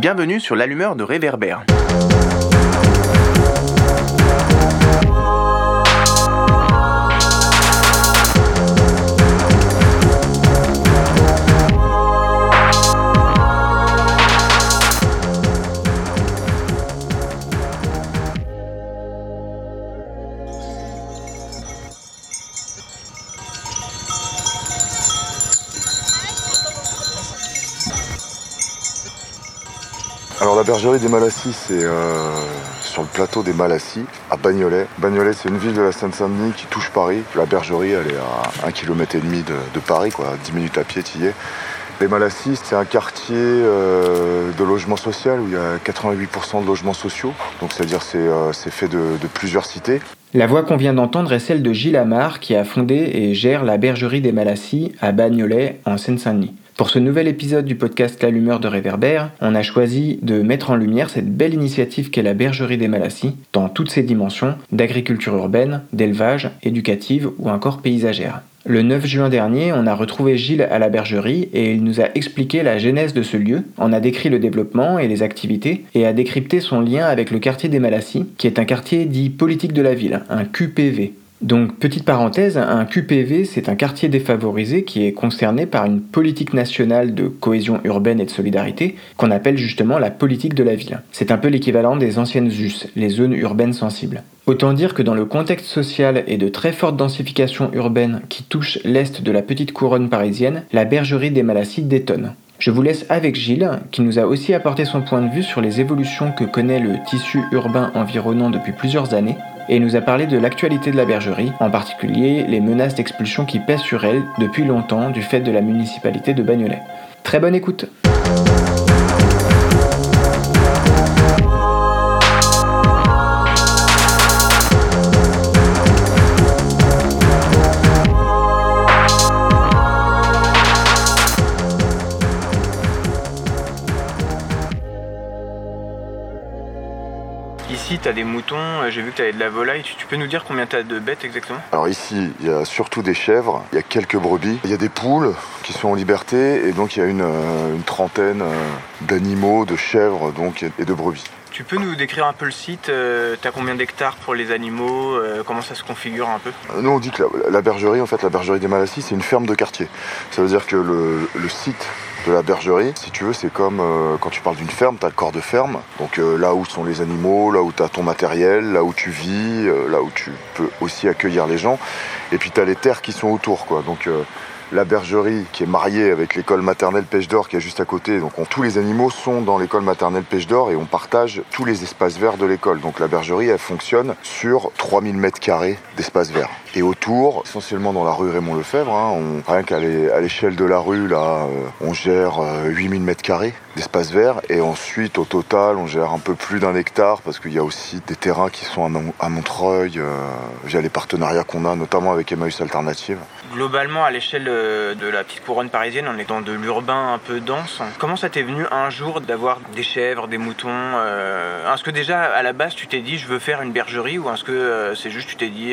Bienvenue sur l'allumeur de Réverbère. Alors la bergerie des Malassis, c'est sur le plateau des Malassis, à Bagnolet. Bagnolet, c'est une ville de la Seine-Saint-Denis qui touche Paris. La bergerie, elle est à 1,5 km de Paris, 10 minutes à pied, tu y es. Les Malassis, c'est un quartier de logement social où il y a 88% de logements sociaux. Donc c'est-à-dire c'est fait de plusieurs cités. La voix qu'on vient d'entendre est celle de Gilles Amar qui a fondé et gère la bergerie des Malassis à Bagnolet, en Seine-Saint-Denis. Pour ce nouvel épisode du podcast L'allumeur de Réverbère, on a choisi de mettre en lumière cette belle initiative qu'est la bergerie des Malassis dans toutes ses dimensions, d'agriculture urbaine, d'élevage, éducative ou encore paysagère. Le 9 juin dernier, on a retrouvé Gilles à la bergerie et il nous a expliqué la genèse de ce lieu, en a décrit le développement et les activités et a décrypté son lien avec le quartier des Malassis, qui est un quartier dit politique de la ville, un QPV. Donc, petite parenthèse, un QPV, c'est un quartier défavorisé qui est concerné par une politique nationale de cohésion urbaine et de solidarité qu'on appelle justement la politique de la ville. C'est un peu l'équivalent des anciennes ZUS, les zones urbaines sensibles. Autant dire que dans le contexte social et de très forte densification urbaine qui touche l'est de la petite couronne parisienne, la bergerie des Malassis détonne. Je vous laisse avec Gilles, qui nous a aussi apporté son point de vue sur les évolutions que connaît le tissu urbain environnant depuis plusieurs années, et nous a parlé de l'actualité de la bergerie, en particulier les menaces d'expulsion qui pèsent sur elle depuis longtemps du fait de la municipalité de Bagnolet. Très bonne écoute! Ici, tu as des moutons, j'ai vu que tu avais de la volaille. Tu peux nous dire combien tu as de bêtes exactement ? Alors ici, il y a surtout des chèvres, il y a quelques brebis, il y a des poules qui sont en liberté et donc il y a une trentaine d'animaux, de chèvres et de brebis. Tu peux nous décrire un peu le site ? T'as combien d'hectares pour les animaux ? Comment ça se configure un peu ? Nous on dit que la bergerie, en fait la bergerie des Malassis, c'est une ferme de quartier. Ça veut dire que le site de la bergerie, si tu veux, c'est comme quand tu parles d'une ferme, tu as le corps de ferme, donc là où sont les animaux, là où tu as ton matériel, là où tu vis, là où tu peux aussi accueillir les gens, et puis tu as les terres qui sont autour, donc la bergerie qui est mariée avec l'école maternelle Pêche d'Or qui est juste à côté, donc tous les animaux sont dans l'école maternelle Pêche d'Or et on partage tous les espaces verts de l'école. Donc la bergerie, elle fonctionne sur 3000 m² d'espace vert. Et autour, essentiellement dans la rue Raymond Lefebvre, rien qu'à l'échelle de la rue, là, on gère 8000 m² d'espace vert. Et ensuite, au total, on gère un peu plus d'1 hectare parce qu'il y a aussi des terrains qui sont à Montreuil, via les partenariats qu'on a, notamment avec Emmaüs Alternative. Globalement, à l'échelle de la petite couronne parisienne, on est dans de l'urbain un peu dense. Comment ça t'est venu un jour d'avoir des chèvres, des moutons Est-ce que déjà, à la base, tu t'es dit je veux faire une bergerie ou est-ce que c'est juste tu t'es dit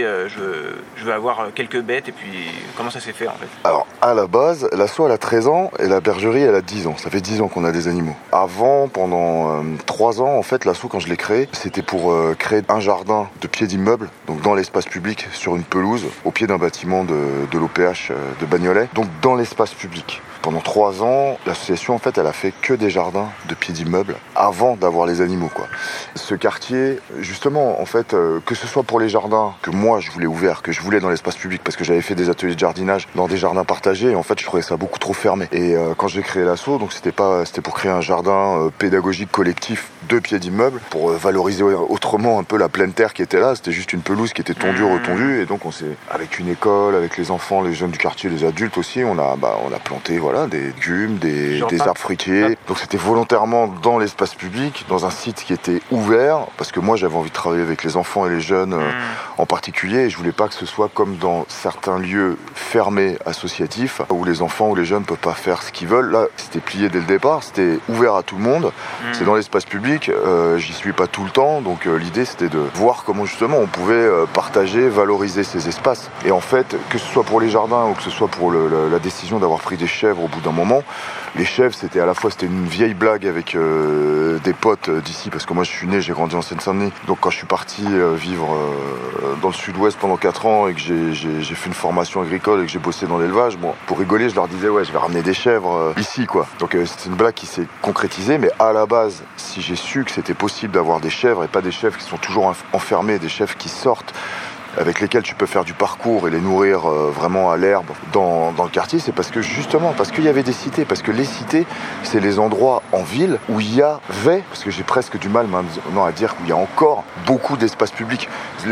je veux avoir quelques bêtes et puis comment ça s'est fait en fait ? Alors, à la base, l'asso elle a 13 ans et la bergerie elle a 10 ans. Ça fait 10 ans qu'on a des animaux. Avant, pendant 3 ans, en fait, l'asso quand je l'ai créé, c'était pour créer un jardin de pied d'immeuble, donc dans l'espace public, sur une pelouse, au pied d'un bâtiment de l'OPH de Bagnolet, donc dans l'espace public. Pendant 3 ans, l'association, en fait, elle a fait que des jardins de pied d'immeuble avant d'avoir les animaux, Ce quartier, justement, en fait, que ce soit pour les jardins que moi je voulais ouverts, que je voulais dans l'espace public, parce que j'avais fait des ateliers de jardinage dans des jardins partagés, et en fait, je trouvais ça beaucoup trop fermé. Et quand j'ai créé l'asso, donc c'était pour créer un jardin pédagogique collectif de pied d'immeuble, pour valoriser autrement un peu la pleine terre qui était là. C'était juste une pelouse qui était tondue, retondue, et donc on s'est, avec une école, avec les enfants, les jeunes du quartier, les adultes aussi, on a planté, des légumes, des arbres fruitiers. Donc c'était volontairement dans l'espace public, dans un site qui était ouvert, parce que moi j'avais envie de travailler avec les enfants et les jeunes en particulier, et je voulais pas que ce soit comme dans certains lieux fermés associatifs, où les enfants ou les jeunes peuvent pas faire ce qu'ils veulent. Là, c'était plié dès le départ, c'était ouvert à tout le monde, c'est dans l'espace public, j'y suis pas tout le temps, donc l'idée c'était de voir comment justement on pouvait partager, valoriser ces espaces. Et en fait, que ce soit pour les jardins ou que ce soit pour la décision d'avoir pris des chèvres chèvres au bout d'un moment. Les chèvres, c'était une vieille blague avec des potes d'ici, parce que moi je suis né, j'ai grandi en Seine-Saint-Denis. Donc quand je suis parti vivre dans le sud-ouest pendant 4 ans et que j'ai fait une formation agricole et que j'ai bossé dans l'élevage, bon, pour rigoler, je leur disais ouais, je vais ramener des chèvres ici, quoi. Donc c'est une blague qui s'est concrétisée, mais à la base, si j'ai su que c'était possible d'avoir des chèvres et pas des chèvres qui sont toujours enfermés, des chèvres qui sortent, avec lesquels tu peux faire du parcours et les nourrir vraiment à l'herbe dans le quartier, c'est parce qu'il y avait des cités, parce que les cités, c'est les endroits en ville où il y avait, parce que j'ai presque du mal maintenant à dire qu'il y a encore beaucoup d'espaces publics.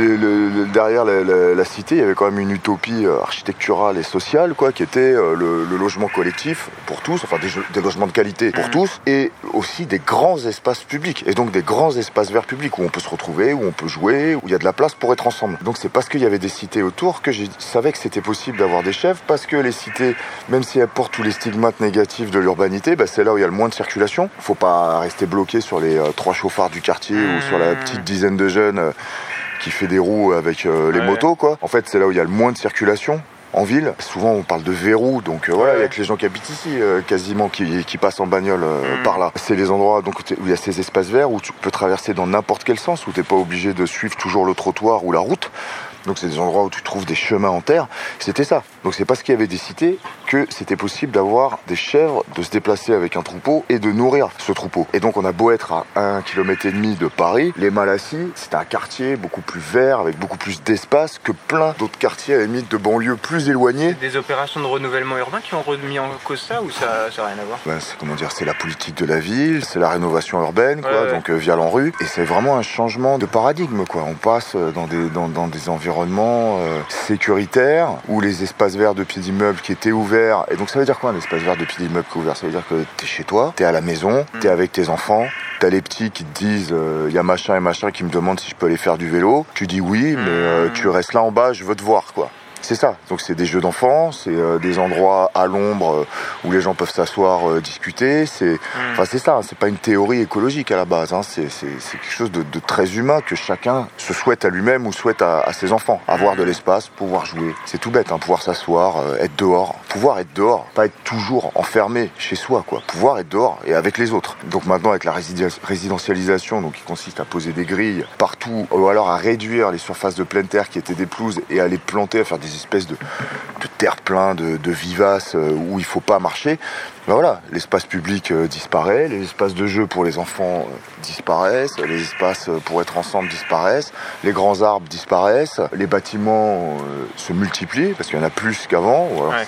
Derrière la cité, il y avait quand même une utopie architecturale et sociale, quoi, qui était le logement collectif pour tous, enfin des logements de qualité pour tous, et aussi des grands espaces publics, et donc des grands espaces verts publics où on peut se retrouver, où on peut jouer, où il y a de la place pour être ensemble. Donc c'est parce qu'il y avait des cités autour que je savais que c'était possible d'avoir des chèvres, parce que les cités, même si elles portent tous les stigmates négatifs de l'urbanité, c'est là où il y a le moins de circulation. Faut pas rester bloqué sur les 3 chauffards du quartier ou sur la petite dizaine de jeunes qui fait des roues avec les motos, quoi. En fait, c'est là où il y a le moins de circulation. En ville, souvent on parle de verrou, donc voilà, il y a que les gens qui habitent ici quasiment qui passent en bagnole par là. C'est les endroits donc, où il y a ces espaces verts où tu peux traverser dans n'importe quel sens, où t'es pas obligé de suivre toujours le trottoir ou la route. Donc c'est des endroits où tu trouves des chemins en terre. C'était ça. Donc c'est parce qu'il y avait des cités que c'était possible d'avoir des chèvres, de se déplacer avec un troupeau et de nourrir ce troupeau. Et donc on a beau être à 1,5 km de Paris, les Malassis, c'était un quartier beaucoup plus vert, avec beaucoup plus d'espace que plein d'autres quartiers à la limite de banlieues plus éloignés. C'est des opérations de renouvellement urbain qui ont remis en cause ça, ou ça n'a rien à voir? C'est la politique de la ville, c'est la rénovation urbaine, quoi, donc via l'ANRU. Et c'est vraiment un changement de paradigme, quoi. On passe dans des environnements sécuritaires où les espaces verts de pieds d'immeuble qui étaient ouverts. Et donc ça veut dire quoi un espace vert de pieds d'immeuble qui est ouvert? Ça veut dire que t'es chez toi, t'es à la maison, t'es avec tes enfants, t'as les petits qui te disent y a machin et machin qui me demandent si je peux aller faire du vélo. Tu dis oui, mais tu restes là en bas, je veux te voir, quoi. C'est ça, donc c'est des jeux d'enfants, c'est des endroits à l'ombre où les gens peuvent s'asseoir, discuter, c'est ça, c'est pas une théorie écologique à la base, hein. C'est quelque chose de très humain que chacun se souhaite à lui-même ou souhaite à ses enfants, avoir de l'espace, pouvoir jouer, c'est tout bête, hein, pouvoir s'asseoir, pouvoir être dehors, pas être toujours enfermé chez soi, quoi, pouvoir être dehors et avec les autres. Donc maintenant avec la résidentialisation, donc qui consiste à poser des grilles partout, ou alors à réduire les surfaces de pleine terre qui étaient des pelouses et à les planter, à faire des espèces de terre-plein, de vivaces où il faut pas marcher. Voilà, l'espace public disparaît, les espaces de jeu pour les enfants disparaissent, les espaces pour être ensemble disparaissent, les grands arbres disparaissent, les bâtiments se multiplient parce qu'il y en a plus qu'avant.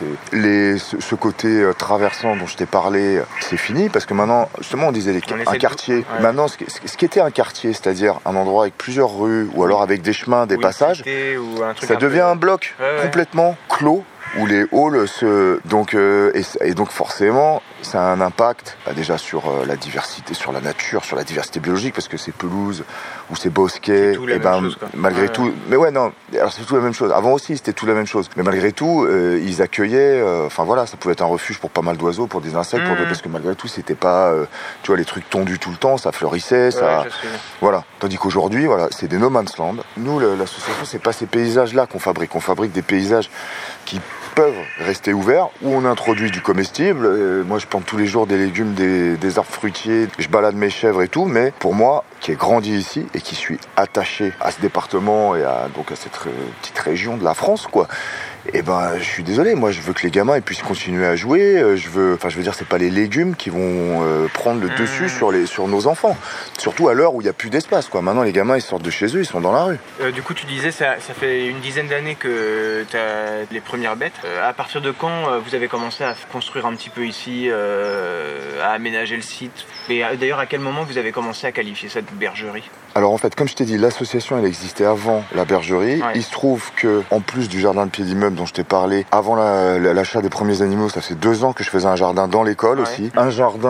Ce côté traversant dont je t'ai parlé, c'est fini parce que maintenant, justement, on disait un quartier. Maintenant, ce qui était un quartier, c'est-à-dire un endroit avec plusieurs rues ou alors avec des chemins, des passages, ça devient un bloc complètement clos où les halls donc forcément ça a un impact déjà sur la diversité, sur la nature, sur la diversité biologique parce que ces pelouses ou ces bosquets, malgré tout, mais alors c'est tout la même chose. Avant aussi c'était tout la même chose, mais malgré tout ils accueillaient, ça pouvait être un refuge pour pas mal d'oiseaux, pour des insectes, parce que malgré tout c'était pas, les trucs tondus tout le temps, ça fleurissait, Tandis qu'aujourd'hui c'est des no man's land. Nous l'association c'est pas ces paysages-là qu'on fabrique, on fabrique des paysages qui peuvent rester ouverts, où on introduit du comestible. Moi je plante tous les jours des légumes, des arbres fruitiers, je balade mes chèvres et tout, mais pour moi qui ai grandi ici et qui suis attaché à ce département et à cette petite région de la France, quoi, je suis désolé, moi je veux que les gamins ils puissent continuer à jouer, c'est pas les légumes qui vont prendre le dessus sur nos enfants, surtout à l'heure où il n'y a plus d'espace, quoi. Maintenant les gamins ils sortent de chez eux, ils sont dans la rue. Du coup tu disais ça fait une dizaine d'années que tu as les premières bêtes. À partir de quand vous avez commencé à construire un petit peu ici, à aménager le site, et d'ailleurs à quel moment vous avez commencé à qualifier ça de bergerie? Alors en fait, comme je t'ai dit, l'association elle existait avant la bergerie. Il se trouve que en plus du jardin de pied d'immeuble dont je t'ai parlé, avant l'achat des premiers animaux, ça fait 2 ans que je faisais un jardin dans l'école aussi. Un jardin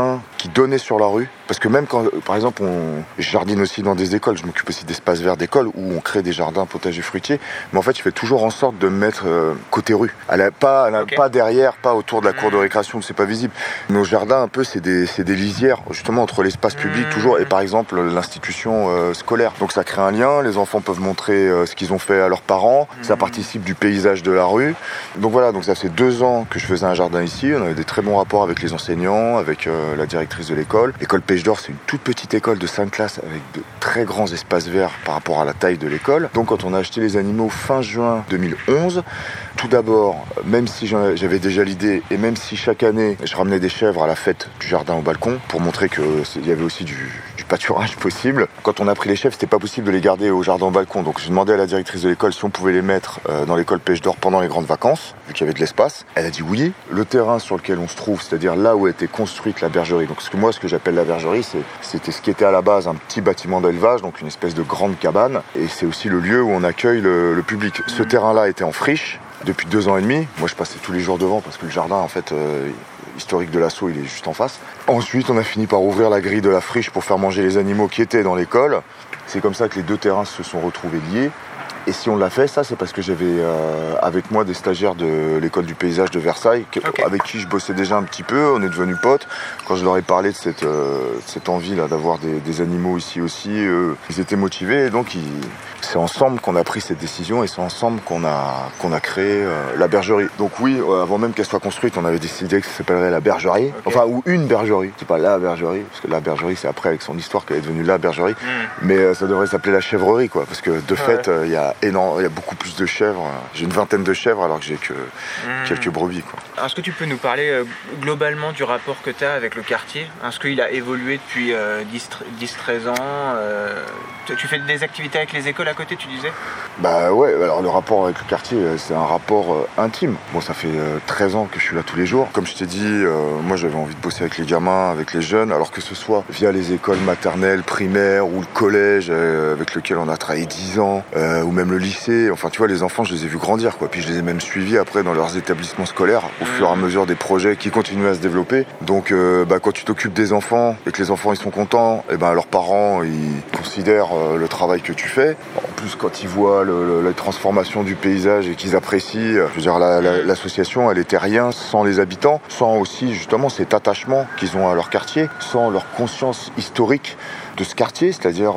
qui donnait sur la rue. Parce que même quand, par exemple, je jardine aussi dans des écoles, je m'occupe aussi d'espaces verts d'école où on crée des jardins potagers fruitiers. Mais en fait, je fais toujours en sorte de me mettre côté rue. Pas derrière, pas autour de la cour de récréation où c'est pas visible. Nos jardins, un peu, c'est des lisières, justement, entre l'espace public toujours et par exemple l'institution scolaire. Donc ça crée un lien, les enfants peuvent montrer ce qu'ils ont fait à leurs parents, ça participe du paysage de la rue. Donc voilà, donc ça fait 2 ans que je faisais un jardin ici, on avait des très bons rapports avec les enseignants, avec la directrice de l'école. L'école Pêche d'Or, c'est une toute petite école de 5 classes avec de très grands espaces verts par rapport à la taille de l'école. Donc quand on a acheté les animaux fin juin 2011, tout d'abord, même si j'avais déjà l'idée et même si chaque année je ramenais des chèvres à la fête du jardin au balcon pour montrer qu'il y avait aussi du pâturage possible. Quand on a pris les chèvres, c'était pas possible de les garder au jardin au balcon. Donc j'ai demandé à la directrice de l'école si on pouvait les mettre dans l'école Pêche d'Or pendant les grandes vacances, vu qu'il y avait de l'espace. Elle a dit oui. Le terrain sur lequel on se trouve, c'est-à-dire là où a été construite la bergerie. Donc ce que j'appelle la bergerie, c'était ce qui était à la base un petit bâtiment d'élevage, donc une espèce de grande cabane. Et c'est aussi le lieu où on accueille le public. Ce terrain-là était en friche depuis 2 ans et demi. Moi, je passais tous les jours devant parce que le jardin, en fait, historique de l'assaut, il est juste en face. Ensuite, on a fini par ouvrir la grille de la friche pour faire manger les animaux qui étaient dans l'école. C'est comme ça que les 2 terrains se sont retrouvés liés. Et si on l'a fait, ça, c'est parce que j'avais avec moi des stagiaires de l'école du paysage de Versailles, avec qui je bossais déjà un petit peu, on est devenus potes. Quand je leur ai parlé de cette envie là d'avoir des animaux ici aussi, ils étaient motivés. Et donc, c'est ensemble qu'on a pris cette décision et c'est ensemble qu'on a créé la bergerie. Donc oui, avant même qu'elle soit construite, on avait décidé que ça s'appellerait la bergerie. Enfin, ou une bergerie. C'est pas la bergerie, parce que la bergerie, c'est après avec son histoire qu'elle est devenue la bergerie. Mais ça devrait s'appeler la chèvrerie, quoi. Parce que de fait, il y a beaucoup plus de chèvres. J'ai une vingtaine de chèvres alors que j'ai que quelques brebis, quoi. Alors, est-ce que tu peux nous parler globalement du rapport que tu as avec le quartier ? Est-ce qu'il a évolué depuis 10-13 ans Tu fais des activités avec les écoles à côté, tu disais ? Bah ouais, alors le rapport avec le quartier, c'est un rapport intime. Bon, ça fait 13 ans que je suis là tous les jours. Comme je t'ai dit, moi j'avais envie de bosser avec les gamins, avec les jeunes, alors que ce soit via les écoles maternelles, primaires ou le collège avec lequel on a travaillé 10 ans, ou même le lycée. Enfin, tu vois, les enfants, je les ai vus grandir, quoi. Puis je les ai même suivis après dans leurs établissements scolaires, au fur et à mesure des projets qui continuent à se développer. Donc, quand tu t'occupes des enfants et que les enfants ils sont contents, et leurs parents ils considèrent le travail que tu fais. En plus, quand ils voient la transformation du paysage et qu'ils apprécient, je veux dire, l'association, elle était rien sans les habitants, sans aussi justement cet attachement qu'ils ont à leur quartier, sans leur conscience historique de ce quartier, c'est-à-dire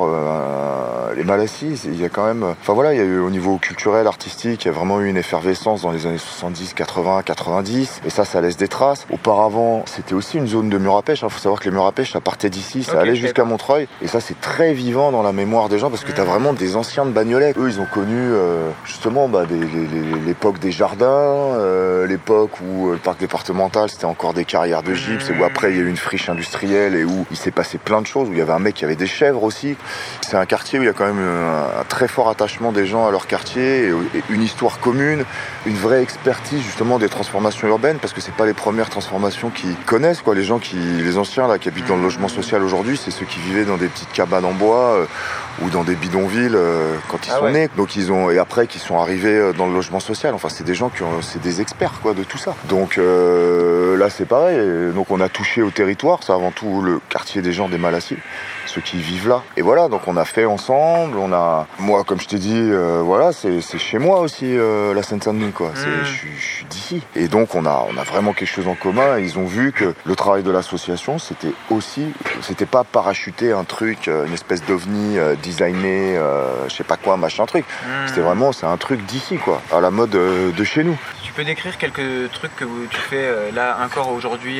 les Malassis, il y a quand même... Enfin voilà, il y a eu au niveau culturel, artistique, il y a vraiment eu une effervescence dans les années 70, 80, 90, et ça laisse des traces. Auparavant, c'était aussi une zone de mur à pêche, il faut savoir que les murs à pêche, ça partait d'ici, ça allait jusqu'à Montreuil, et ça c'est très vivant dans la mémoire des gens, parce que t'as vraiment des anciens de Bagnolet. Eux, ils ont connu justement l'époque des jardins, l'époque où le parc départemental, c'était encore des carrières de gypse, et où après il y a eu une friche industrielle, et où il s'est passé plein de choses, où il y avait un mec qui avait des chèvres aussi. C'est un quartier où il y a quand même un très fort attachement des gens à leur quartier, et une histoire commune, une vraie expertise justement des transformations urbaines, parce que c'est pas les premières transformations qu'ils connaissent, quoi. Les anciens là qui habitent dans le logement social aujourd'hui, c'est ceux qui vivaient dans des petites cabanes en bois ou dans des bidonvilles quand ils sont nés. Donc et après qui sont arrivés dans le logement social. Enfin, c'est des gens c'est des experts, quoi, de tout ça. Donc là c'est pareil. Donc on a touché au territoire, c'est avant tout le quartier des gens des Malassis, ceux qui vivent là. Et voilà, donc on a fait ensemble, moi comme je t'ai dit, voilà, c'est chez moi aussi la Seine-Saint-Denis, quoi. Je suis d'ici. Et donc on a vraiment quelque chose en commun. Ils ont vu que le travail de l'association, c'était pas parachuter un truc, une espèce d'ovni designé, je sais pas quoi, machin truc. C'est un truc d'ici, quoi, à la mode de chez nous. Tu peux décrire quelques trucs que tu fais là encore aujourd'hui,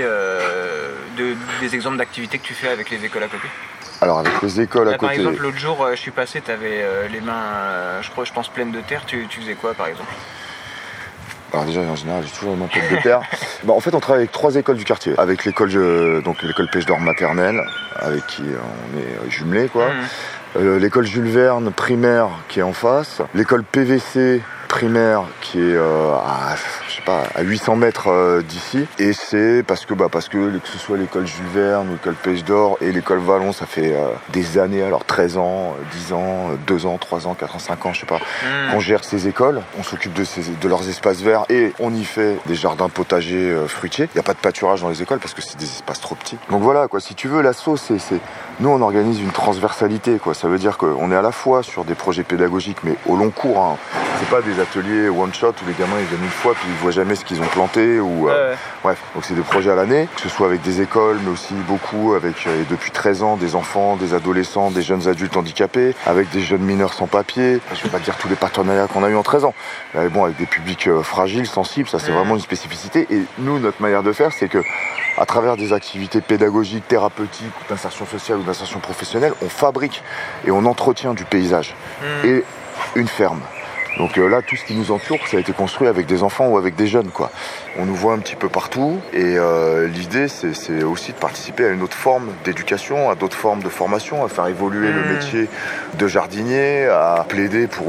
des exemples d'activités que tu fais avec les écoles à côté? Alors avec les écoles à côté... Par exemple, l'autre jour, je suis passé, tu avais les mains, je pense, pleines de terre. Tu faisais quoi, par exemple? Alors déjà, en général, j'ai toujours les mains pleines de terre. En fait, on travaille avec 3 écoles du quartier. Avec l'école Pêche d'Or maternelle, avec qui on est jumelés, quoi. L'école Jules Verne primaire qui est en face. L'école PVC primaire qui est à, je sais pas, à 800 mètres d'ici. Et c'est parce que ce soit l'école Jules Verne, l'école Pêche d'Or et l'école Vallon, ça fait des années, alors 13 ans, 10 ans, 2 ans, 3 ans, 4 ans, 5 ans, je sais pas, qu'on gère ces écoles. On s'occupe de leurs espaces verts et on y fait des jardins potagers fruitiers. Il n'y a pas de pâturage dans les écoles parce que c'est des espaces trop petits. Donc voilà, quoi, si tu veux, l'asso, nous, on organise une transversalité, quoi. Ça veut dire qu'on est à la fois sur des projets pédagogiques, mais au long cours, hein. C'est pas des ateliers one-shot où les gamins ils viennent une fois puis ils voient jamais ce qu'ils ont planté ou bref. Donc c'est des projets à l'année, que ce soit avec des écoles, mais aussi beaucoup avec depuis 13 ans des enfants, des adolescents, des jeunes adultes handicapés, avec des jeunes mineurs sans papier. Je vais pas dire tous les partenariats qu'on a eu en 13 ans. Mais bon, avec des publics fragiles, sensibles, ça c'est vraiment une spécificité. Et nous, notre manière de faire, c'est que à travers des activités pédagogiques, thérapeutiques, d'insertion sociale ou d'insertion professionnelle, on fabrique et on entretient du paysage et une ferme. Donc là, tout ce qui nous entoure, ça a été construit avec des enfants ou avec des jeunes, quoi. On nous voit un petit peu partout et l'idée, c'est aussi de participer à une autre forme d'éducation, à d'autres formes de formation, à faire évoluer le métier de jardinier, à plaider pour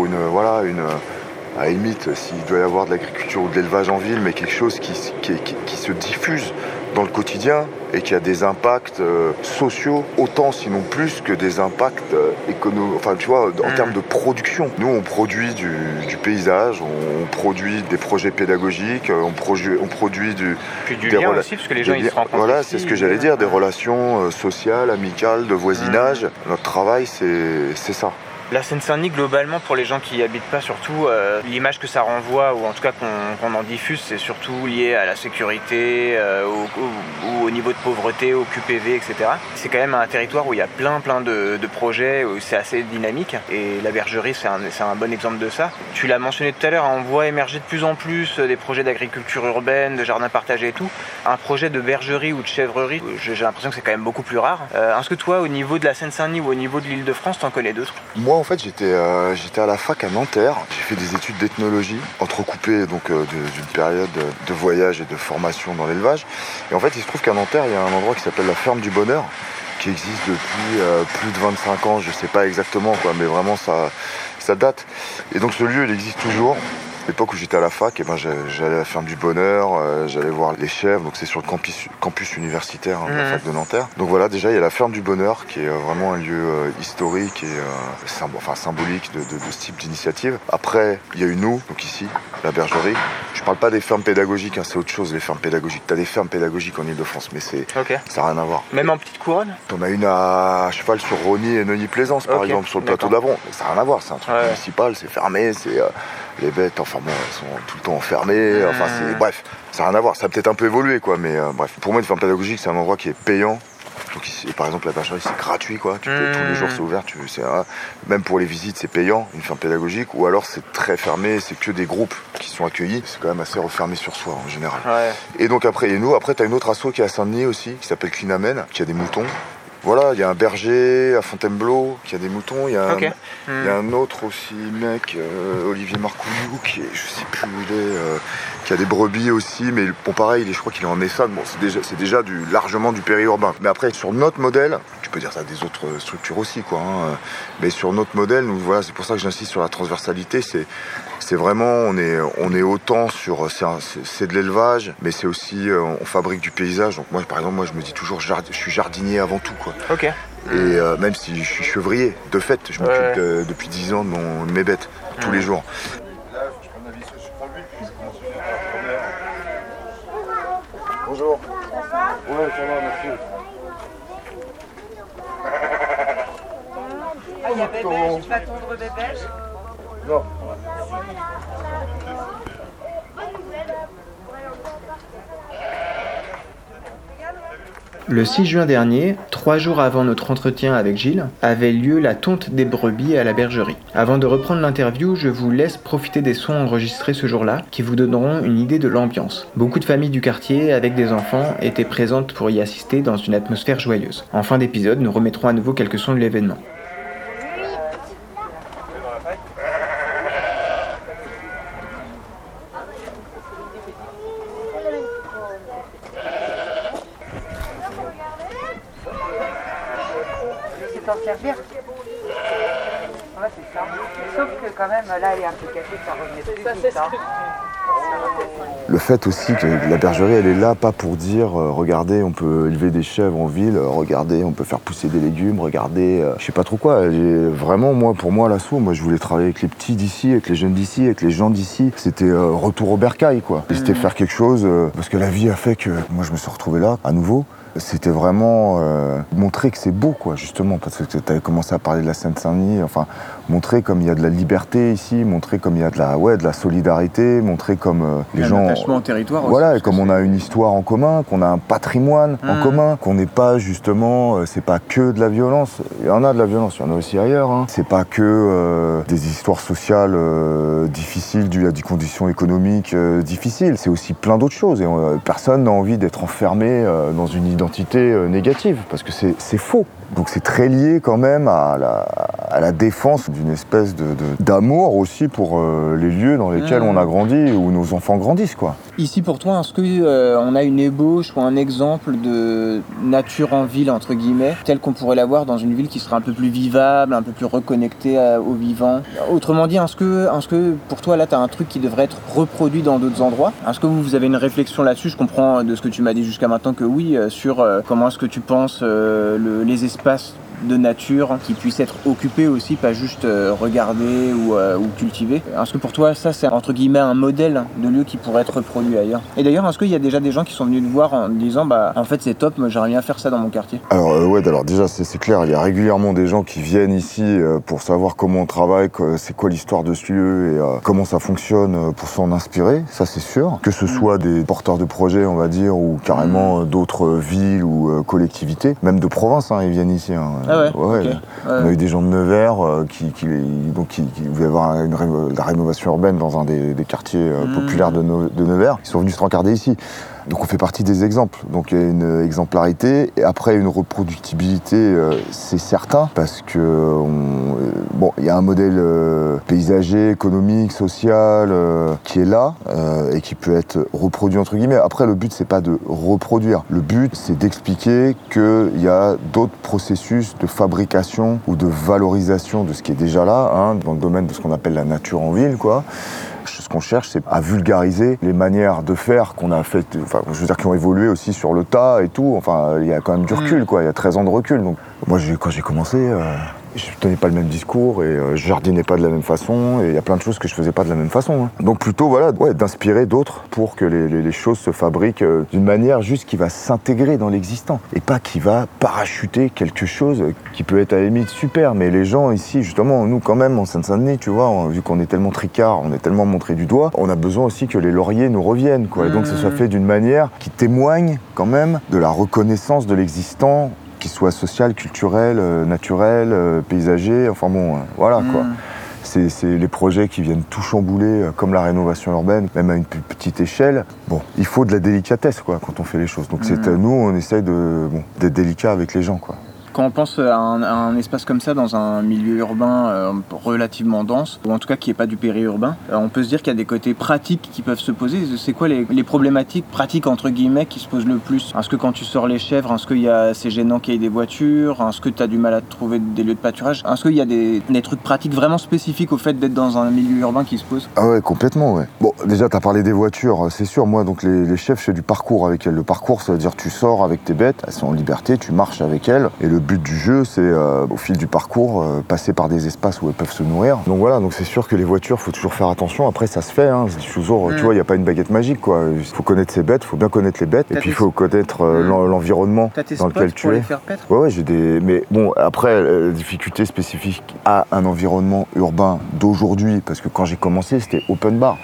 à la limite, s'il doit y avoir de l'agriculture ou de l'élevage en ville, mais quelque chose qui se diffuse dans le quotidien et qui a des impacts sociaux autant sinon plus que des impacts économiques, enfin tu vois, en termes de production. Nous on produit du paysage, on produit des projets pédagogiques, on produit du lien aussi parce que les gens ils se rencontrent. Voilà, c'est ce que j'allais dire, des relations sociales, amicales, de voisinage. Notre travail c'est ça. La Seine-Saint-Denis, globalement, pour les gens qui y habitent pas, surtout, l'image que ça renvoie, ou en tout cas qu'on en diffuse, c'est surtout lié à la sécurité, ou au niveau de pauvreté, au QPV, etc. C'est quand même un territoire où il y a plein de projets, où c'est assez dynamique, et la bergerie, c'est un bon exemple de ça. Tu l'as mentionné tout à l'heure, on voit émerger de plus en plus des projets d'agriculture urbaine, de jardins partagés et tout. Un projet de bergerie ou de chèvrerie, j'ai l'impression que c'est quand même beaucoup plus rare. Est-ce que toi, au niveau de la Seine-Saint-Denis ou au niveau de l'Île-de-France, t'en connais d'autres ? Moi, en fait, j'étais à la fac à Nanterre. J'ai fait des études d'ethnologie, entrecoupées donc d'une période de voyage et de formation dans l'élevage. Et en fait, il se trouve qu'à Nanterre, il y a un endroit qui s'appelle la Ferme du Bonheur, qui existe depuis plus de 25 ans. Je sais pas exactement, quoi, mais vraiment, ça date. Et donc, ce lieu, il existe toujours. À l'époque où j'étais à la fac, j'allais à la Ferme du Bonheur, j'allais voir les chèvres, donc c'est sur le campus universitaire de la fac de Nanterre. Donc voilà, déjà il y a la Ferme du Bonheur qui est vraiment un lieu historique et symbolique de ce type d'initiative. Après, il y a eu nous, donc ici, la bergerie. Je parle pas des fermes pédagogiques, hein, c'est autre chose les fermes pédagogiques. T'as des fermes pédagogiques en Ile-de-France, mais ça n'a rien à voir. Même en petite couronne ? On a une à cheval sur Rosny et Neuilly-Plaisance par exemple, sur le plateau d'Avron. Ça n'a rien à voir, c'est un truc municipal, c'est fermé, c'est les bêtes, enfin bon, elles sont tout le temps enfermées, bref, ça n'a rien à voir, ça a peut-être un peu évolué quoi, mais bref. Pour moi, une ferme pédagogique, c'est un endroit qui est payant. Donc ici, par exemple, la bergerie, c'est gratuit quoi, tous les jours c'est ouvert, même pour les visites, c'est payant, une ferme pédagogique, ou alors c'est très fermé, c'est que des groupes qui sont accueillis, c'est quand même assez refermé sur soi en général. Ouais. Et donc après t'as une autre asso qui est à Saint-Denis aussi, qui s'appelle Clinamen, qui a des moutons. Voilà, il y a un berger à Fontainebleau qui a des moutons, il y a un autre aussi mec, Olivier Marcoulou, qui est, je sais plus où il est, qui a des brebis aussi, mais bon pareil, je crois qu'il est en Essonne, bon c'est déjà largement du périurbain. Mais après, sur notre modèle, tu peux dire ça des autres structures aussi quoi, hein, mais sur notre modèle, nous, voilà, c'est pour ça que j'insiste sur la transversalité, c'est vraiment, on est autant sur, c'est de l'élevage, mais c'est aussi, on fabrique du paysage. Donc moi, par exemple, je me dis toujours, je suis jardinier avant tout, quoi. Ok. Et même si je suis chevrier, de fait, je m'occupe depuis 10 ans de mes bêtes, tous les jours. Bonjour. Ouais, ça va, merci. Ah, il y a Bébèche, tu vas tondre Bébèche ? Non. Le 6 juin dernier, 3 jours avant notre entretien avec Gilles, avait lieu la tonte des brebis à la bergerie. Avant de reprendre l'interview, je vous laisse profiter des sons enregistrés ce jour-là qui vous donneront une idée de l'ambiance. Beaucoup de familles du quartier avec des enfants étaient présentes pour y assister dans une atmosphère joyeuse. En fin d'épisode, nous remettrons à nouveau quelques sons de l'événement. T'en servir. Ouais, c'est ça. Sauf que quand même, là, elle est un peu cachée, ça revenait plus vite. Le fait aussi que la bergerie, elle est là pas pour dire regardez, on peut élever des chèvres en ville, regardez, on peut faire pousser des légumes, regardez, je sais pas trop quoi. Vraiment, pour moi, l'assaut, je voulais travailler avec les petits d'ici, avec les jeunes d'ici, avec les gens d'ici. C'était retour au bercail, quoi. Et c'était faire quelque chose, parce que la vie a fait que moi, je me suis retrouvé là, à nouveau. C'était vraiment montrer que c'est beau, quoi, justement, parce que tu avais commencé à parler de la Seine-Saint-Denis, enfin, montrer comme il y a de la liberté ici, montrer comme il y a de la solidarité, montrer comme les gens... Un attachement au territoire aussi. Voilà, et comme on a une histoire en commun, qu'on a un patrimoine en commun, qu'on n'est pas justement... c'est pas que de la violence, il y en a de la violence, il y en a aussi ailleurs, hein. C'est pas que des histoires sociales difficiles dues à des conditions économiques difficiles, c'est aussi plein d'autres choses, et personne n'a envie d'être enfermé dans une identité négative, parce que c'est faux. Donc c'est très lié quand même à la défense d'une espèce d'amour aussi pour les lieux dans lesquels on a grandi, où nos enfants grandissent, quoi. Ici pour toi, est-ce qu'on a une ébauche ou un exemple de nature en ville, entre guillemets, telle qu'on pourrait l'avoir dans une ville qui serait un peu plus vivable, un peu plus reconnectée au vivant? Autrement dit, est-ce que pour toi là tu as un truc qui devrait être reproduit dans d'autres endroits? Est-ce que vous avez une réflexion là-dessus? Je comprends de ce que tu m'as dit jusqu'à maintenant que oui, sur comment est-ce que tu penses les espaces de nature qui puissent être occupés aussi, pas juste regardés ou cultivés. Est-ce que pour toi ça c'est entre guillemets un modèle de lieu qui pourrait être reproduit ailleurs? Et d'ailleurs, est-ce qu'il y a déjà des gens qui sont venus te voir en disant en fait c'est top, moi j'aimerais bien faire ça dans mon quartier? Alors déjà c'est clair, il y a régulièrement des gens qui viennent ici pour savoir comment on travaille, c'est quoi l'histoire de ce lieu et comment ça fonctionne pour s'en inspirer, ça c'est sûr. Que ce soit des porteurs de projets, on va dire, ou carrément d'autres villes ou collectivités, même de province, hein, ils viennent ici, hein. Ah ouais, ouais, okay. On a eu des gens de Nevers qui voulaient avoir la rénovation urbaine dans un des quartiers populaires de Nevers. Ils sont venus se rencarder ici. Donc on fait partie des exemples. Donc il y a une exemplarité et après une reproductibilité, c'est certain, parce que il y a un modèle paysager, économique, social qui est là et qui peut être reproduit entre guillemets. Après le but c'est pas de reproduire. Le but c'est d'expliquer qu'il y a d'autres processus de fabrication ou de valorisation de ce qui est déjà là, hein, dans le domaine de ce qu'on appelle la nature en ville, quoi. Ce qu'on cherche, c'est à vulgariser les manières de faire qu'on a fait, qui ont évolué aussi sur le tas et tout. Enfin, il y a quand même du recul, quoi. Il y a 13 ans de recul. Donc, moi, quand j'ai commencé, je tenais pas le même discours et je jardinais pas de la même façon. Et il y a plein de choses que je faisais pas de la même façon, hein. Donc, plutôt, d'inspirer d'autres pour que les choses se fabriquent d'une manière juste qui va s'intégrer dans l'existant et pas qui va parachuter quelque chose qui peut être à la limite super. Mais les gens ici, justement, nous, quand même, en Seine-Saint-Denis, tu vois, vu qu'on est tellement tricard, on est tellement montré du doigt, on a besoin aussi que les lauriers nous reviennent, quoi. Et donc, ça soit fait d'une manière qui témoigne quand même de la reconnaissance de l'existant, qu'il soit social, culturel, naturel, paysager, voilà, quoi. C'est les projets qui viennent tout chambouler, comme la rénovation urbaine, même à une petite échelle. Bon, il faut de la délicatesse, quoi, quand on fait les choses. Donc nous, on essaye d'être délicat avec les gens, quoi. Quand on pense à un espace comme ça dans un milieu urbain relativement dense, ou en tout cas qui n'est pas du périurbain, on peut se dire qu'il y a des côtés pratiques qui peuvent se poser. C'est quoi les problématiques pratiques entre guillemets qui se posent le plus? Est-ce que quand tu sors les chèvres, c'est gênant qu'il y ait des voitures? Est-ce que tu as du mal à trouver des lieux de pâturage? Est-ce qu'il y a des trucs pratiques vraiment spécifiques au fait d'être dans un milieu urbain qui se posent? Ah ouais, complètement, ouais. Bon, déjà, tu as parlé des voitures, c'est sûr. Moi, donc les chèvres, je fais du parcours avec elles. Le parcours, ça veut dire tu sors avec tes bêtes, elles sont en liberté, tu marches avec elles. Et le but du jeu, c'est au fil du parcours, passer par des espaces où elles peuvent se nourrir. Donc voilà, donc c'est sûr que les voitures, faut toujours faire attention. Après, ça se fait, hein. C'est toujours, tu vois, il n'y a pas une baguette magique, quoi. Il faut connaître ses bêtes, il faut bien connaître les bêtes. Et puis, il faut connaître l'environnement dans lequel tu es. Ouais, j'ai des... Mais bon, après, la difficulté spécifique à un environnement urbain d'aujourd'hui, parce que quand j'ai commencé, c'était open bar.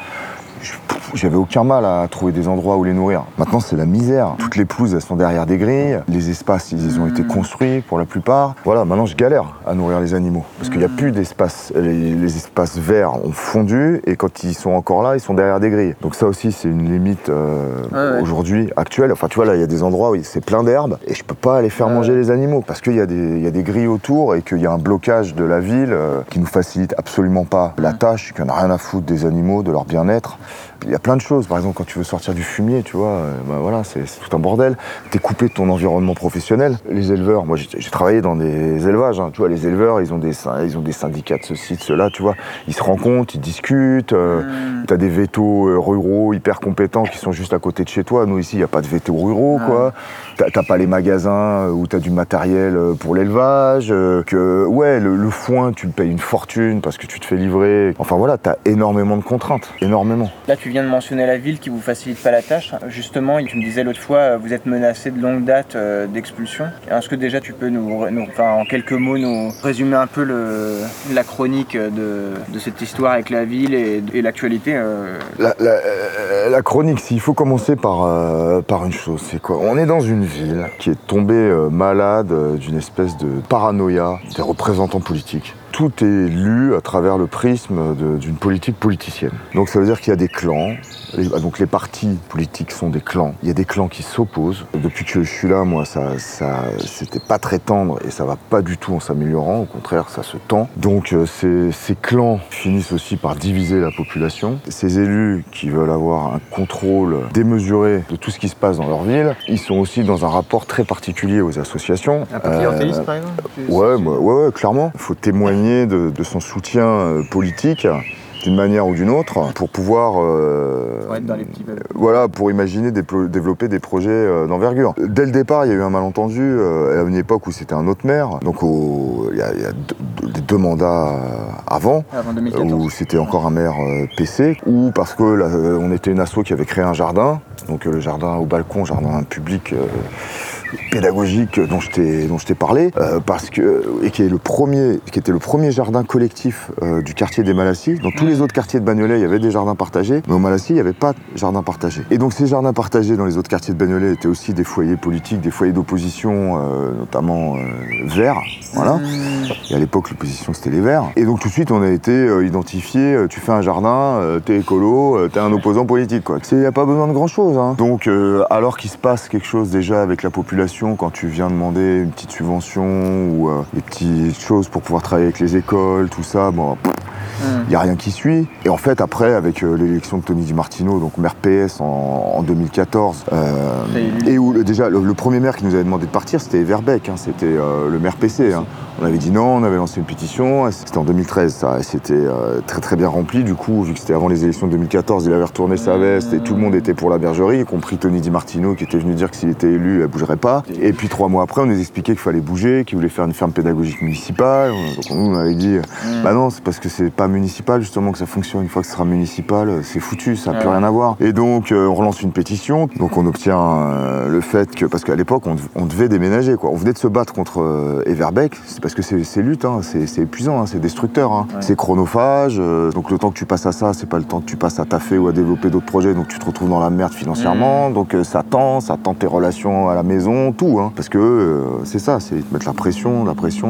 J'avais aucun mal à trouver des endroits où les nourrir. Maintenant, c'est la misère. Toutes les pelouses, elles sont derrière des grilles. Les espaces, ils ont été construits pour la plupart. Voilà, maintenant, je galère à nourrir les animaux. Parce qu'il n'y a plus d'espace. Les espaces verts ont fondu et quand ils sont encore là, ils sont derrière des grilles. Donc ça aussi, c'est une limite aujourd'hui, actuelle. Enfin, tu vois, là, il y a des endroits où c'est plein d'herbes et je peux pas aller faire manger les animaux parce qu'il y a des grilles autour et qu'il y a un blocage de la ville qui nous facilite absolument pas la tâche, qu'on n'a rien à foutre des animaux, de leur bien-être. il y a plein de choses. Par exemple, quand tu veux sortir du fumier, tu vois, voilà, c'est tout un bordel. T'es coupé de ton environnement professionnel. Les éleveurs, moi j'ai travaillé dans des élevages, hein, tu vois, les éleveurs, ils ont des syndicats de ceci, de cela, tu vois. Ils se rencontrent, ils discutent. T'as des vétos ruraux hyper compétents qui sont juste à côté de chez toi. Nous ici, il n'y a pas de vétos ruraux, quoi. T'as pas les magasins où t'as du matériel pour l'élevage. Le foin, tu le payes une fortune parce que tu te fais livrer. Enfin voilà, t'as énormément de contraintes, énormément. Là, tu viens de mentionner la ville qui vous facilite pas la tâche. Justement, tu me disais l'autre fois, vous êtes menacé de longue date d'expulsion. Est-ce que déjà tu peux en quelques mots, nous résumer un peu la chronique de cette histoire avec la ville et l'actualité La chronique, s'il faut commencer par une chose, c'est quoi? On est dans une ville qui est tombée malade d'une espèce de paranoïa des représentants politiques. Tout est lu à travers le prisme d'une politique politicienne. Donc ça veut dire qu'il y a des clans. Donc les partis politiques sont des clans. Il y a des clans qui s'opposent. Depuis que je suis là, moi, c'était pas très tendre et ça va pas du tout en s'améliorant. Au contraire, ça se tend. Donc ces clans finissent aussi par diviser la population. Ces élus qui veulent avoir un contrôle démesuré de tout ce qui se passe dans leur ville, ils sont aussi dans un rapport très particulier aux associations. Un peu clientéliste, par exemple? Ouais, clairement. Il faut témoigner de son soutien politique d'une manière ou d'une autre pour pouvoir être dans les petits belles. Voilà, pour imaginer développer des projets d'envergure. Dès le départ, il y a eu un malentendu à une époque où c'était un autre maire, donc il y a deux mandats avant 2014. où c'était encore un maire PC, ou parce que on était une asso qui avait créé un jardin, donc le jardin au balcon, jardin public pédagogique dont je t'ai parlé, qui était le premier jardin collectif du quartier des Malassis. Dans tous les autres quartiers de Bagnolet, il y avait des jardins partagés, mais au Malassis, il n'y avait pas de jardin partagé. Et donc ces jardins partagés dans les autres quartiers de Bagnolet étaient aussi des foyers politiques, des foyers d'opposition, notamment verts. Voilà. Et à l'époque, l'opposition, c'était les Verts. Et donc tout de suite, on a été identifié, tu fais un jardin, t'es écolo, t'es un opposant politique, quoi. Il n'y a pas besoin de grand-chose, hein. Donc, alors qu'il se passe quelque chose déjà avec la population, quand tu viens demander une petite subvention ou des petites choses pour pouvoir travailler avec les écoles, tout ça, bon, il n'y a rien qui suit. Et en fait, après, avec l'élection de Tony Di Martino, donc maire PS en 2014, et où déjà le premier maire qui nous avait demandé de partir, c'était Everbeck, hein, c'était le maire PC. Hein. On avait dit non, on avait lancé une pétition, c'était en 2013, ça, et c'était très très bien rempli. Du coup, vu que c'était avant les élections de 2014, il avait retourné sa veste et tout le monde était pour la bergerie, y compris Tony Di Martino qui était venu dire que s'il était élu, elle bougerait pas. Et puis 3 mois après, on nous expliquait qu'il fallait bouger, qu'il voulait faire une ferme pédagogique municipale. Donc nous, on avait dit, bah non, c'est parce que c'est pas municipal justement que ça fonctionne. Une fois que ce sera municipal, c'est foutu, ça n'a plus rien à voir. Et donc, on relance une pétition. Donc on obtient le fait que, parce qu'à l'époque, on devait déménager, quoi. On venait de se battre contre Everbeck, c'est parce que c'est lutte, hein, c'est épuisant, hein, c'est destructeur, hein. C'est chronophage. Donc le temps que tu passes à ça, c'est pas le temps que tu passes à taffer ou à développer d'autres projets. Donc tu te retrouves dans la merde financièrement. Donc ça tend tes relations à la maison, tout, hein. Parce que c'est ça, c'est te mettre la pression.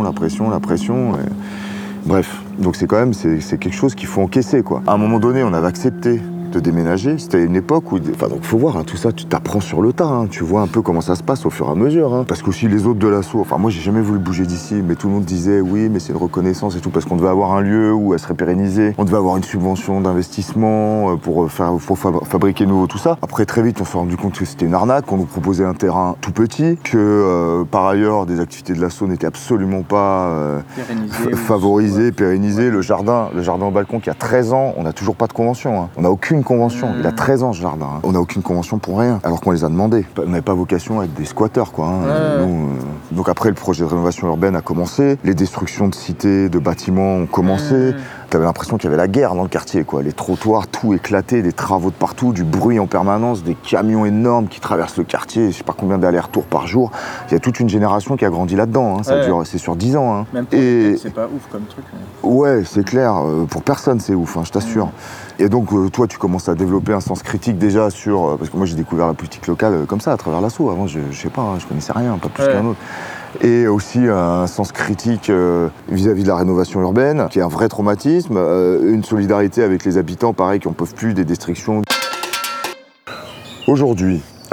Et... Bref, donc c'est quelque chose qu'il faut encaisser, quoi. À un moment donné, on avait accepté de déménager. C'était une époque où... Enfin, donc faut voir, hein, tout ça, tu t'apprends sur le tas, hein. Tu vois un peu comment ça se passe au fur et à mesure, hein. Parce qu'aussi les autres de l'asso... Enfin, moi, j'ai jamais voulu bouger d'ici, mais tout le monde disait, oui, mais c'est une reconnaissance et tout, parce qu'on devait avoir un lieu où elle serait pérennisée. On devait avoir une subvention d'investissement pour fabriquer nouveau, tout ça. Après, très vite, on s'est rendu compte que c'était une arnaque, qu'on nous proposait un terrain tout petit, que, par ailleurs, des activités de l'asso n'étaient absolument pas favorisées, pérennisées. Le jardin au balcon qui a 13 ans, on n'a toujours pas de convention, hein. On n'a aucune convention. Il a 13 ans, ce jardin, hein. On n'a aucune convention pour rien, alors qu'on les a demandé. On n'avait pas vocation à être des squatteurs, quoi, hein. Donc après, le projet de rénovation urbaine a commencé, les destructions de cités, de bâtiments ont commencé. T'avais l'impression qu'il y avait la guerre dans le quartier, quoi. Les trottoirs, tout éclaté, des travaux de partout, du bruit en permanence, des camions énormes qui traversent le quartier, je sais pas combien d'allers-retours par jour. Il y a toute une génération qui a grandi là-dedans, hein. Ça dure, c'est sur 10 ans, hein. Même pour les c'est pas ouf comme truc. Mais... Ouais, c'est clair. Pour personne, c'est ouf, hein, je t'assure. Et donc, toi, tu commences à développer un sens critique déjà sur... parce que moi, j'ai découvert la politique locale comme ça, à travers l'asso. Avant, je sais pas, hein, je connaissais rien, pas plus qu'un autre. Et aussi un sens critique vis-à-vis de la rénovation urbaine, qui est un vrai traumatisme, une solidarité avec les habitants, pareil, qui n'en peuvent plus, des destructions. Aujourd'hui,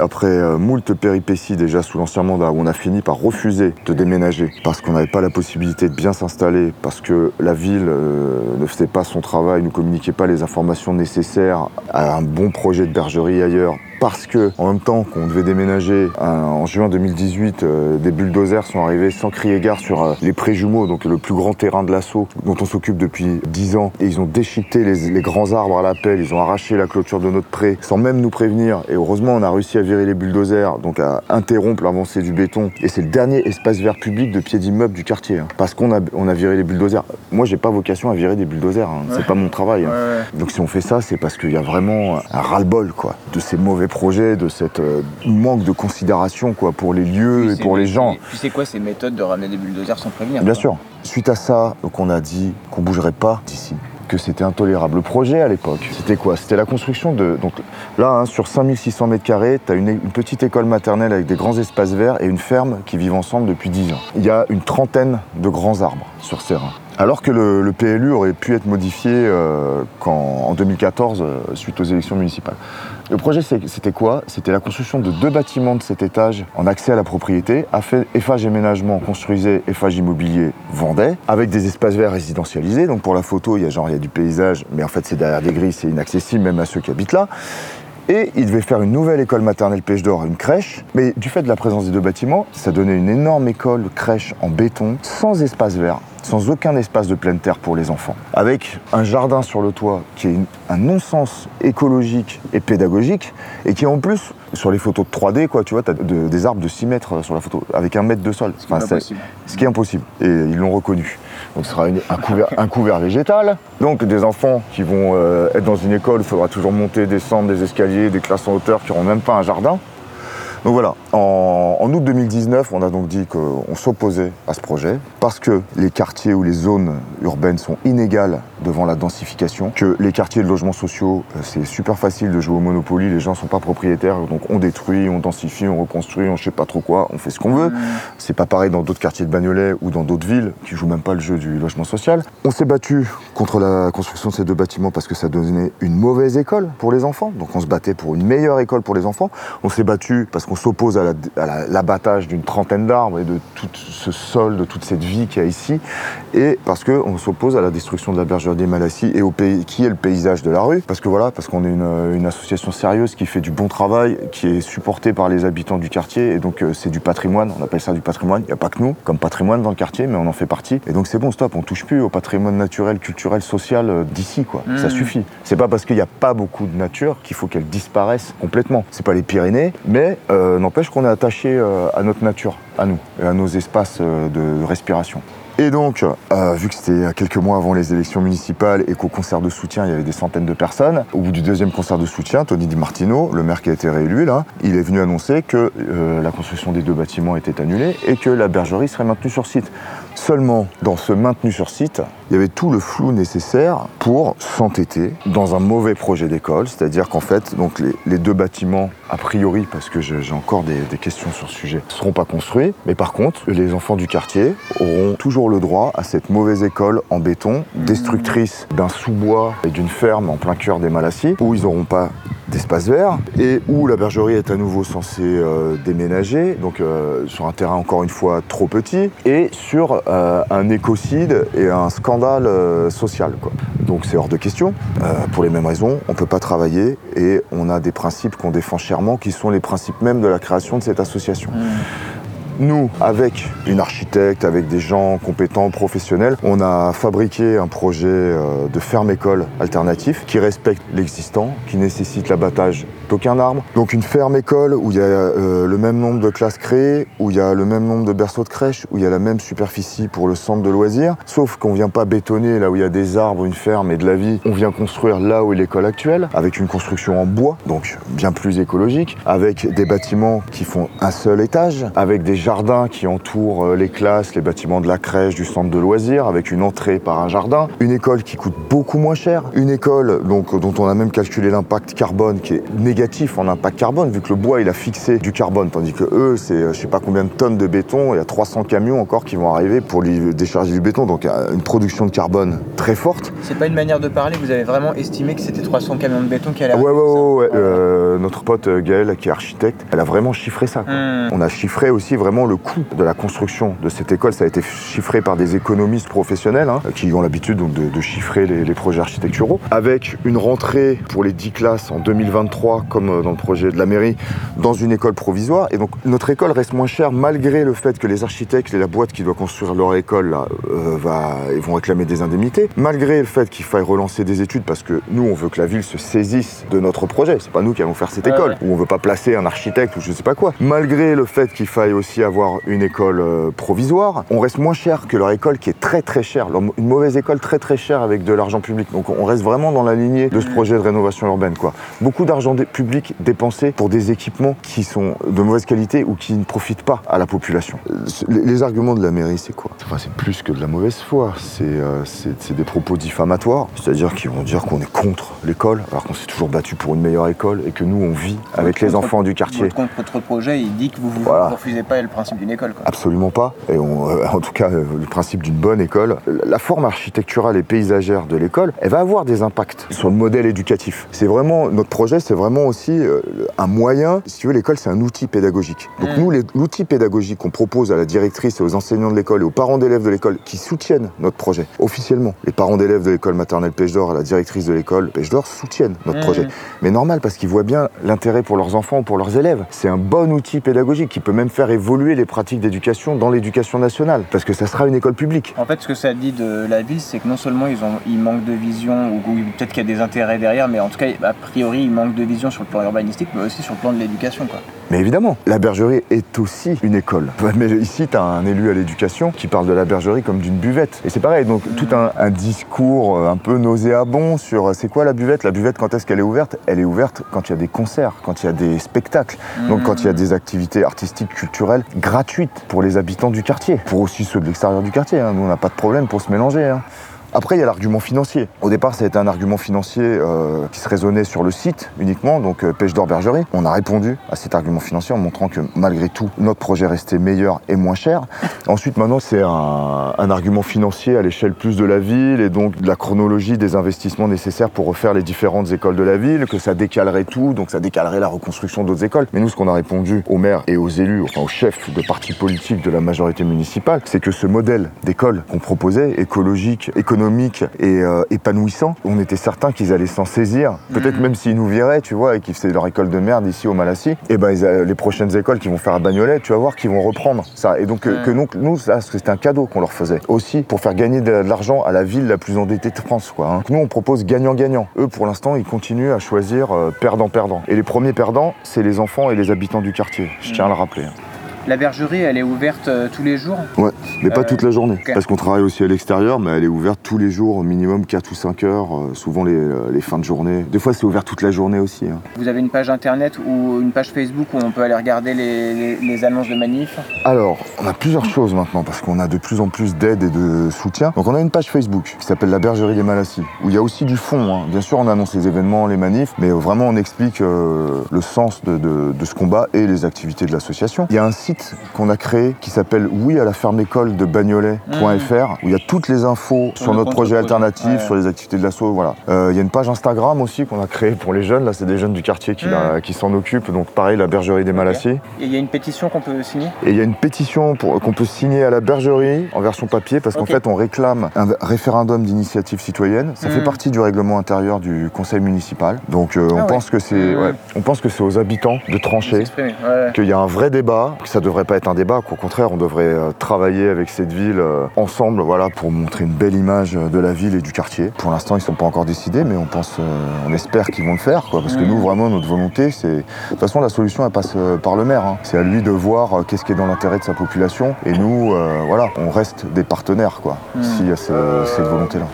après moult péripéties déjà sous l'ancien mandat, où on a fini par refuser de déménager parce qu'on n'avait pas la possibilité de bien s'installer, parce que la ville ne faisait pas son travail, ne communiquait pas les informations nécessaires à un bon projet de bergerie ailleurs, parce que en même temps qu'on devait déménager en juin 2018, des bulldozers sont arrivés sans crier gare sur les pré-jumeaux, donc le plus grand terrain de l'assaut dont on s'occupe depuis 10 ans, et ils ont déchiqueté les grands arbres à la pelle, ils ont arraché la clôture de notre pré sans même nous prévenir, et heureusement on a réussi à virer les bulldozers, donc à interrompre l'avancée du béton, et c'est le dernier espace vert public de pied d'immeuble du quartier, hein, parce qu'on a viré les bulldozers. Moi j'ai pas vocation à virer des bulldozers, hein, c'est pas mon travail, hein. Donc si on fait ça, c'est parce qu'il y a vraiment un ras-le-bol quoi, de ces mauvais projets, de cette manque de considération quoi, pour les lieux et pour les gens. Tu sais quoi, ces méthodes de ramener des bulldozers sans prévenir? Bien sûr. Suite à ça, donc on a dit qu'on bougerait pas d'ici, que c'était intolérable. Le projet à l'époque, c'était quoi? C'était la construction de... Donc là, hein, sur 5600 mètres carrés, tu as une petite école maternelle avec des grands espaces verts et une ferme qui vivent ensemble depuis 10 ans. Il y a une trentaine de grands arbres sur ces reins. Alors que le PLU aurait pu être modifié en 2014, suite aux élections municipales. Le projet, c'était quoi? C'était la construction de 2 bâtiments de 7 étages en accès à la propriété. Eiffage et Ménagement construisait, Eiffage Immobilier vendait, avec des espaces verts résidentialisés. Donc pour la photo, il y a du paysage, mais en fait c'est derrière des grilles, c'est inaccessible même à ceux qui habitent là. Et il devait faire une nouvelle école maternelle Pêche d'Or, une crèche. Mais du fait de la présence des 2 bâtiments, ça donnait une énorme école crèche en béton, sans espace vert, sans aucun espace de pleine terre pour les enfants. Avec un jardin sur le toit qui est un non-sens écologique et pédagogique, et qui en plus, sur les photos de 3D, quoi, tu vois, t'as des arbres de 6 mètres sur la photo, avec 1 mètre de sol. Ce qui est impossible. Et ils l'ont reconnu. Donc ce sera un couvert végétal. Donc des enfants qui vont être dans une école, il faudra toujours monter, descendre des escaliers, des classes en hauteur qui n'auront même pas un jardin. Donc voilà, en août 2019, on a donc dit qu'on s'opposait à ce projet parce que les quartiers ou les zones urbaines sont inégales devant la densification, que les quartiers de logements sociaux, c'est super facile de jouer au Monopoly, les gens sont pas propriétaires, donc on détruit, on densifie, on reconstruit, on sait pas trop quoi, on fait ce qu'on veut. C'est pas pareil dans d'autres quartiers de Bagnolet ou dans d'autres villes qui jouent même pas le jeu du logement social. On s'est battu contre la construction de ces 2 bâtiments parce que ça donnait une mauvaise école pour les enfants, donc on se battait pour une meilleure école pour les enfants. On s'est battu parce qu'on s'oppose à l'abattage d'une trentaine d'arbres et de tout ce sol, de toute cette vie qu'il y a ici, et parce qu'on s'oppose à la destruction de la bergerie des Malassis et au pays qui est le paysage de la rue, parce qu'on est une association sérieuse qui fait du bon travail, qui est supportée par les habitants du quartier, et donc c'est du patrimoine, on appelle ça du patrimoine. Il n'y a pas que nous comme patrimoine dans le quartier, mais on en fait partie, et donc c'est bon, stop, on touche plus au patrimoine naturel, culturel, social d'ici, quoi. Ça suffit. C'est pas parce qu'il n'y a pas beaucoup de nature qu'il faut qu'elle disparaisse complètement. C'est pas les Pyrénées, mais n'empêche qu'on est attaché à notre nature, à nous, et à nos espaces de respiration. Et donc, vu que c'était quelques mois avant les élections municipales et qu'au concert de soutien, il y avait des centaines de personnes, au bout du 2e concert de soutien, Tony Di Martino, le maire qui a été réélu là, il est venu annoncer que la construction des 2 bâtiments était annulée et que la bergerie serait maintenue sur site. Seulement, dans ce maintenu sur site, il y avait tout le flou nécessaire pour s'entêter dans un mauvais projet d'école, c'est-à-dire qu'en fait, donc les 2 bâtiments, a priori, parce que j'ai encore des questions sur ce sujet, ne seront pas construits, mais par contre, les enfants du quartier auront toujours le droit à cette mauvaise école en béton, destructrice d'un sous-bois et d'une ferme en plein cœur des Malassis, où ils n'auront pas d'espace vert et où la bergerie est à nouveau censée déménager, donc sur un terrain encore une fois trop petit, et sur un écocide et un scandale social, quoi. Donc c'est hors de question. Pour les mêmes raisons, on ne peut pas travailler et on a des principes qu'on défend chèrement qui sont les principes même de la création de cette association. Nous, avec une architecte, avec des gens compétents, professionnels, on a fabriqué un projet de ferme-école alternatif qui respecte l'existant, qui nécessite l'abattage d'aucun arbre. Donc une ferme-école où il y a le même nombre de classes créées, où il y a le même nombre de berceaux de crèche, où il y a la même superficie pour le centre de loisirs, sauf qu'on vient pas bétonner là où il y a des arbres, une ferme et de la vie, on vient construire là où est l'école actuelle, avec une construction en bois, donc bien plus écologique, avec des bâtiments qui font un seul étage, avec des jardins qui entourent les classes, les bâtiments de la crèche, du centre de loisirs, avec une entrée par un jardin, une école qui coûte beaucoup moins cher, une école donc, dont on a même calculé l'impact carbone qui est négatif négatif en impact carbone, vu que le bois il a fixé du carbone, tandis que eux, c'est je sais pas combien de tonnes de béton, il y a 300 camions encore qui vont arriver pour lui décharger du béton, donc une production de carbone très forte. C'est pas une manière de parler, vous avez vraiment estimé que c'était 300 camions de béton qui allaient arriver? Ouais. Notre pote Gaëlle, qui est architecte, elle a vraiment chiffré ça, quoi. On a chiffré aussi vraiment le coût de la construction de cette école. Ça a été chiffré par des économistes professionnels qui ont l'habitude donc, de chiffrer les projets architecturaux. Avec une rentrée pour les 10 classes en 2023, comme dans le projet de la mairie, dans une école provisoire. Et donc notre école reste moins chère malgré le fait que les architectes et la boîte qui doit construire leur école là, ils vont réclamer des indemnités. Malgré le fait qu'il faille relancer des études parce que nous, on veut que la ville se saisisse de notre projet. C'est pas nous qui allons faire cette école. Ou on veut pas placer un architecte ou je sais pas quoi. Malgré le fait qu'il faille aussi avoir une école provisoire, on reste moins cher que leur école qui est très très chère. Une mauvaise école très très chère avec de l'argent public. Donc on reste vraiment dans la lignée de ce projet de rénovation urbaine, quoi. Beaucoup d'argent public dépensé pour des équipements qui sont de mauvaise qualité ou qui ne profitent pas à la population. Les arguments de la mairie, c'est quoi? Enfin, c'est plus que de la mauvaise foi. C'est des propos diffamatoires. C'est-à-dire qu'ils vont dire qu'on est contre l'école, alors qu'on s'est toujours battu pour une meilleure école et que nous, on vit avec les enfants du quartier. Votre projet, il dit que vous refusez pas le principe d'une école, quoi. Absolument pas. Et en tout cas, le principe d'une bonne école. La forme architecturale et paysagère de l'école, elle va avoir des impacts sur le modèle éducatif. C'est vraiment, notre projet, c'est vraiment aussi un moyen. Si tu veux, l'école, c'est un outil pédagogique. Donc nous, l'outil pédagogique qu'on propose à la directrice et aux enseignants de l'école et aux parents d'élèves de l'école qui soutiennent notre projet, officiellement. Les parents d'élèves de l'école maternelle Pêche d'Or et la directrice de l'école Pêche d'Or soutiennent notre projet. Mais normal, parce qu'ils voient bien l'intérêt pour leurs enfants ou pour leurs élèves. C'est un bon outil pédagogique qui peut même faire évoluer les pratiques d'éducation dans l'éducation nationale, parce que ça sera une école publique. En fait, ce que ça dit de la ville, c'est que non seulement ils manquent de vision, ou peut-être qu'il y a des intérêts derrière, mais en tout cas, a priori, ils manquent de vision sur le plan urbanistique, mais aussi sur le plan de l'éducation, quoi. Mais évidemment, la bergerie est aussi une école. Mais ici, tu as un élu à l'éducation qui parle de la bergerie comme d'une buvette. Et c'est pareil, donc tout un discours un peu nauséabond sur c'est quoi la buvette? La buvette, quand est-ce qu'elle est ouverte? Elle est ouverte quand il y a des concerts, quand il y a des spectacles, donc quand il y a des activités artistiques, culturelles, gratuites pour les habitants du quartier, pour aussi ceux de l'extérieur du quartier. Nous, on n'a pas de problème pour se mélanger. Après, il y a l'argument financier. Au départ, ça a été un argument financier qui se raisonnait sur le site uniquement, donc Pêche d'Or Bergerie. On a répondu à cet argument financier en montrant que malgré tout, notre projet restait meilleur et moins cher. Ensuite, maintenant, c'est un argument financier à l'échelle plus de la ville et donc de la chronologie des investissements nécessaires pour refaire les différentes écoles de la ville, que ça décalerait tout, donc ça décalerait la reconstruction d'autres écoles. Mais nous, ce qu'on a répondu aux maires et aux élus, enfin aux chefs de partis politiques de la majorité municipale, c'est que ce modèle d'école qu'on proposait, écologique, économique et épanouissant, on était certain qu'ils allaient s'en saisir. Peut-être même s'ils nous viraient, tu vois, et qu'ils faisaient leur école de merde ici au Malassis, et ben les prochaines écoles qu'ils vont faire à Bagnolet, tu vas voir qu'ils vont reprendre ça. Et donc nous, ça, c'était un cadeau qu'on leur faisait. Aussi pour faire gagner de l'argent à la ville la plus endettée de France, quoi. Donc nous, on propose gagnant-gagnant. Eux, pour l'instant, ils continuent à choisir perdant-perdant. Et les premiers perdants, c'est les enfants et les habitants du quartier. Je tiens à le rappeler. La bergerie, elle est ouverte tous les jours? Ouais, mais pas toute la journée. Okay. Parce qu'on travaille aussi à l'extérieur, mais elle est ouverte tous les jours, au minimum 4 ou 5 heures, souvent les fins de journée. Des fois, c'est ouvert toute la journée aussi. Vous avez une page internet ou une page Facebook où on peut aller regarder les annonces de manifs? Alors, on a plusieurs choses maintenant, parce qu'on a de plus en plus d'aide et de soutien. Donc on a une page Facebook qui s'appelle La Bergerie des Malassis, où il y a aussi du fond. Bien sûr, on annonce les événements, les manifs, mais vraiment on explique le sens de ce combat et les activités de l'association. Il y a un site qu'on a créé qui s'appelle Oui à la ferme école de Bagnolet.fr, où il y a toutes les infos sur notre projet alternatif, sur les activités de l'asso, voilà. Il y a une page Instagram aussi qu'on a créée pour les jeunes, là c'est des jeunes du quartier qui s'en occupent, donc pareil, La Bergerie des Malassis. Et il y a une pétition qu'on peut signer? Et il y a une pétition qu'on peut signer à la bergerie en version papier, parce qu'en fait on réclame un référendum d'initiative citoyenne. Ça fait partie du règlement intérieur du conseil municipal, donc on pense que c'est aux habitants de trancher, qu'il y a un vrai débat, que ça devrait pas être un débat, qu'au contraire on devrait travailler avec cette ville ensemble, voilà, pour montrer une belle image de la ville et du quartier. Pour l'instant ils sont pas encore décidés, mais on espère qu'ils vont le faire, quoi, parce que nous vraiment notre volonté c'est, de toute façon la solution elle passe par le maire, c'est à lui de voir qu'est-ce qui est dans l'intérêt de sa population, et nous voilà, on reste des partenaires, quoi, s'il y a cette volonté là.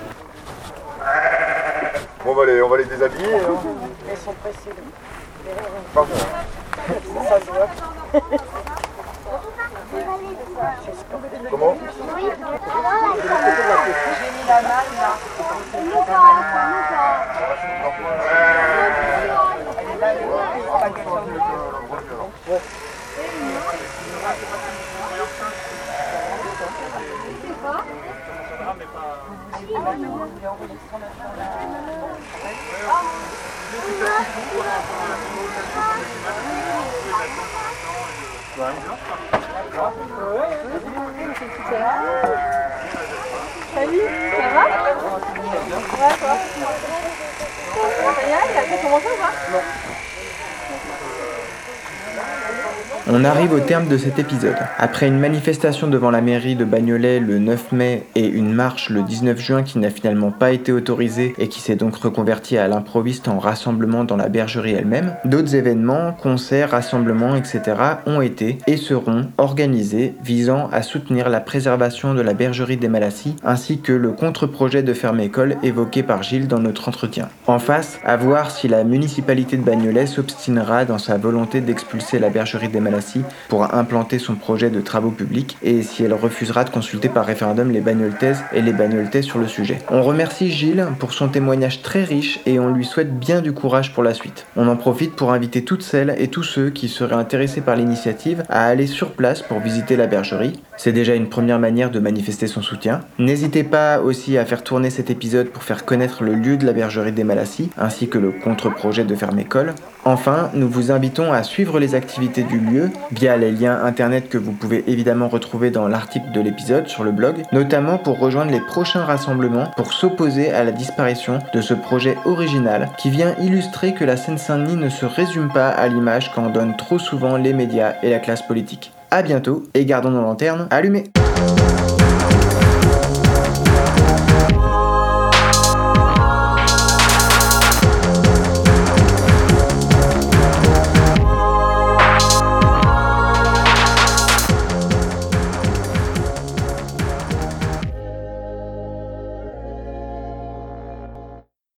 Bon, on va les déshabiller. Ils sont pressés. Pardon. Ça se voit. Comment? J'ai mis la malle là. Salut, ça va? Ouais, toi? Ça y est, il a fait commencer ou pas? Non. On arrive au terme de cet épisode. Après une manifestation devant la mairie de Bagnolet le 9 mai et une marche le 19 juin qui n'a finalement pas été autorisée et qui s'est donc reconvertie à l'improviste en rassemblement dans la bergerie elle-même, d'autres événements, concerts, rassemblements, etc. ont été et seront organisés visant à soutenir la préservation de la bergerie des Malassis ainsi que le contre-projet de ferme école évoqué par Gilles dans notre entretien. En face, à voir si la municipalité de Bagnolet s'obstinera dans sa volonté d'expulser la bergerie des Malassis pour implanter son projet de travaux publics et si elle refusera de consulter par référendum les Bagnoltaises et les Bagnoltais sur le sujet. On remercie Gilles pour son témoignage très riche et on lui souhaite bien du courage pour la suite. On en profite pour inviter toutes celles et tous ceux qui seraient intéressés par l'initiative à aller sur place pour visiter la bergerie. C'est déjà une première manière de manifester son soutien. N'hésitez pas aussi à faire tourner cet épisode pour faire connaître le lieu de la bergerie des Malassis ainsi que le contre-projet de ferme école. Enfin, nous vous invitons à suivre les activités du lieu via les liens internet que vous pouvez évidemment retrouver dans l'article de l'épisode sur le blog, notamment pour rejoindre les prochains rassemblements pour s'opposer à la disparition de ce projet original qui vient illustrer que la Seine-Saint-Denis ne se résume pas à l'image qu'en donnent trop souvent les médias et la classe politique. A bientôt et gardons nos lanternes allumées.